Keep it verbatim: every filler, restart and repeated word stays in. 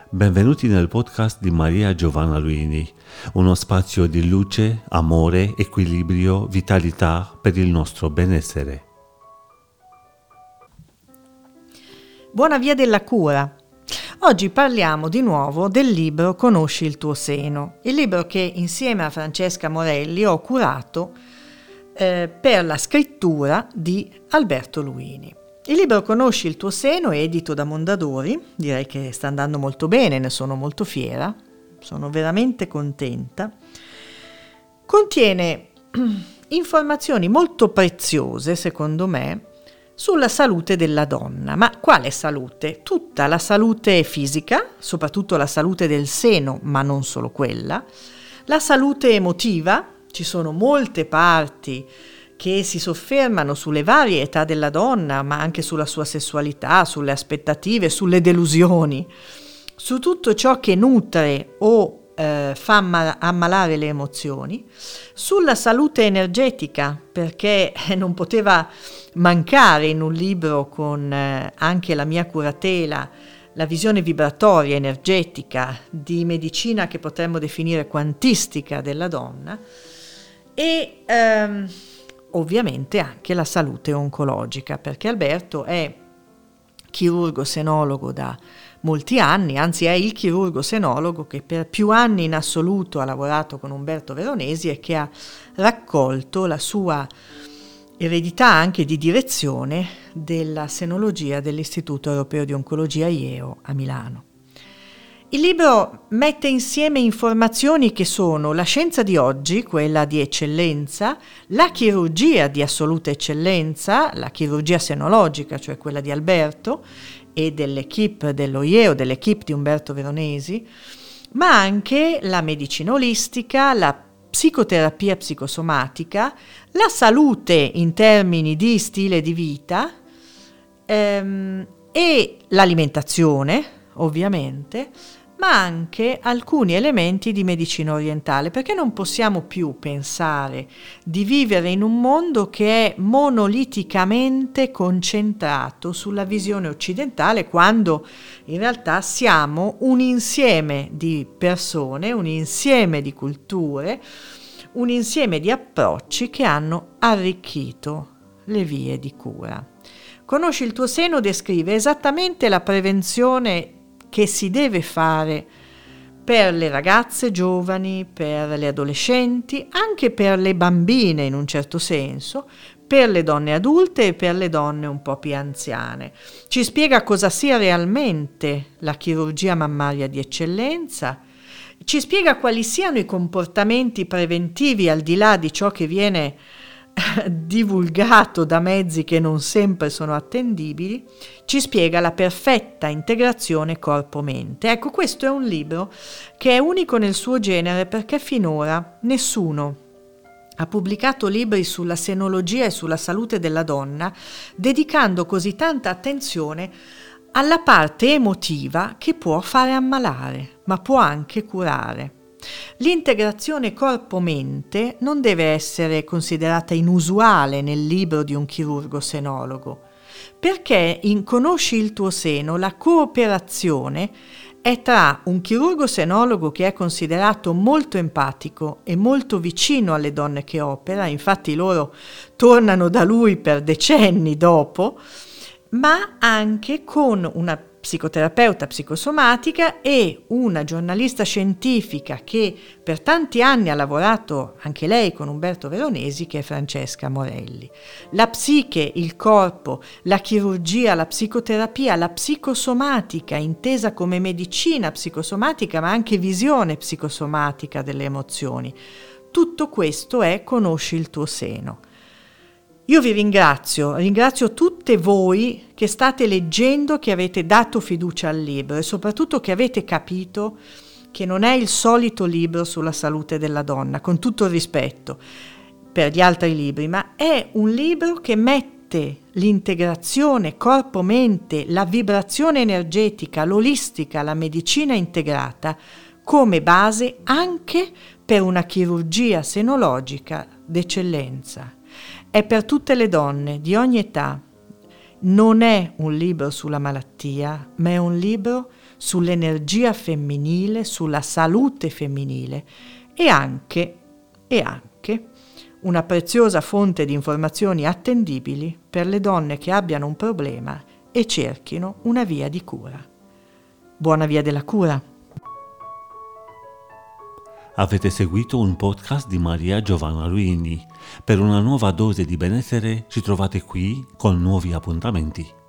Benvenuti nel podcast di Maria Giovanna Luini, uno spazio di luce, amore, equilibrio, vitalità per il nostro benessere. Buona via della cura. Oggi parliamo di nuovo del libro Conosci il tuo seno, il libro che insieme a Francesca Morelli ho curato eh, per la scrittura di Alberto Luini. Il libro Conosci il tuo seno è edito da Mondadori, direi che sta andando molto bene, ne sono molto fiera, sono veramente contenta. Contiene informazioni molto preziose, secondo me, sulla salute della donna. Ma quale salute? Tutta la salute fisica, soprattutto la salute del seno, ma non solo quella, la salute emotiva, ci sono molte parti che si soffermano sulle varie età della donna, ma anche sulla sua sessualità, sulle aspettative, sulle delusioni, su tutto ciò che nutre o eh, fa ammal- ammalare le emozioni, sulla salute energetica, perché non poteva mancare in un libro con eh, anche la mia curatela la visione vibratoria, energetica, di medicina che potremmo definire quantistica della donna, e ehm, ovviamente anche la salute oncologica, perché Alberto è chirurgo senologo da molti anni, anzi è il chirurgo senologo che per più anni in assoluto ha lavorato con Umberto Veronesi e che ha raccolto la sua eredità anche di direzione della senologia dell'Istituto Europeo di Oncologia I E O a Milano. Il libro mette insieme informazioni che sono la scienza di oggi, quella di eccellenza, la chirurgia di assoluta eccellenza, la chirurgia senologica, cioè quella di Alberto e dell'equipe dello I E O, dell'equipe di Umberto Veronesi, ma anche la medicina olistica, la psicoterapia psicosomatica, la salute in termini di stile di vita ehm, e l'alimentazione, ovviamente, ma anche alcuni elementi di medicina orientale, perché non possiamo più pensare di vivere in un mondo che è monoliticamente concentrato sulla visione occidentale, quando in realtà siamo un insieme di persone, un insieme di culture, un insieme di approcci che hanno arricchito le vie di cura. Conosci il tuo seno descrive esattamente la prevenzione che si deve fare per le ragazze giovani, per le adolescenti, anche per le bambine in un certo senso, per le donne adulte e per le donne un po' più anziane. Ci spiega cosa sia realmente la chirurgia mammaria di eccellenza, ci spiega quali siano i comportamenti preventivi al di là di ciò che viene divulgato da mezzi che non sempre sono attendibili, ci spiega la perfetta integrazione corpo-mente. Ecco, questo è un libro che è unico nel suo genere perché finora nessuno ha pubblicato libri sulla senologia e sulla salute della donna dedicando così tanta attenzione alla parte emotiva che può fare ammalare, ma può anche curare. L'integrazione corpo-mente non deve essere considerata inusuale nel libro di un chirurgo senologo, perché in Conosci il tuo seno la cooperazione è tra un chirurgo senologo che è considerato molto empatico e molto vicino alle donne che opera, infatti loro tornano da lui per decenni dopo, ma anche con una psicoterapeuta psicosomatica e una giornalista scientifica che per tanti anni ha lavorato anche lei con Umberto Veronesi, che è Francesca Morelli. La psiche, il corpo, la chirurgia, la psicoterapia, la psicosomatica, intesa come medicina psicosomatica ma anche visione psicosomatica delle emozioni. Tutto questo è Conosci il tuo seno. Io vi ringrazio, ringrazio tutte voi che state leggendo, che avete dato fiducia al libro e soprattutto che avete capito che non è il solito libro sulla salute della donna, con tutto il rispetto per gli altri libri, ma è un libro che mette l'integrazione corpo-mente, la vibrazione energetica, l'olistica, la medicina integrata come base anche per una chirurgia senologica d'eccellenza. È per tutte le donne di ogni età. Non è un libro sulla malattia, ma è un libro sull'energia femminile, sulla salute femminile e anche, e anche una preziosa fonte di informazioni attendibili per le donne che abbiano un problema e cerchino una via di cura. Buona via della cura! Avete seguito un podcast di Maria Giovanna Luini. Per una nuova dose di benessere ci trovate qui con nuovi appuntamenti.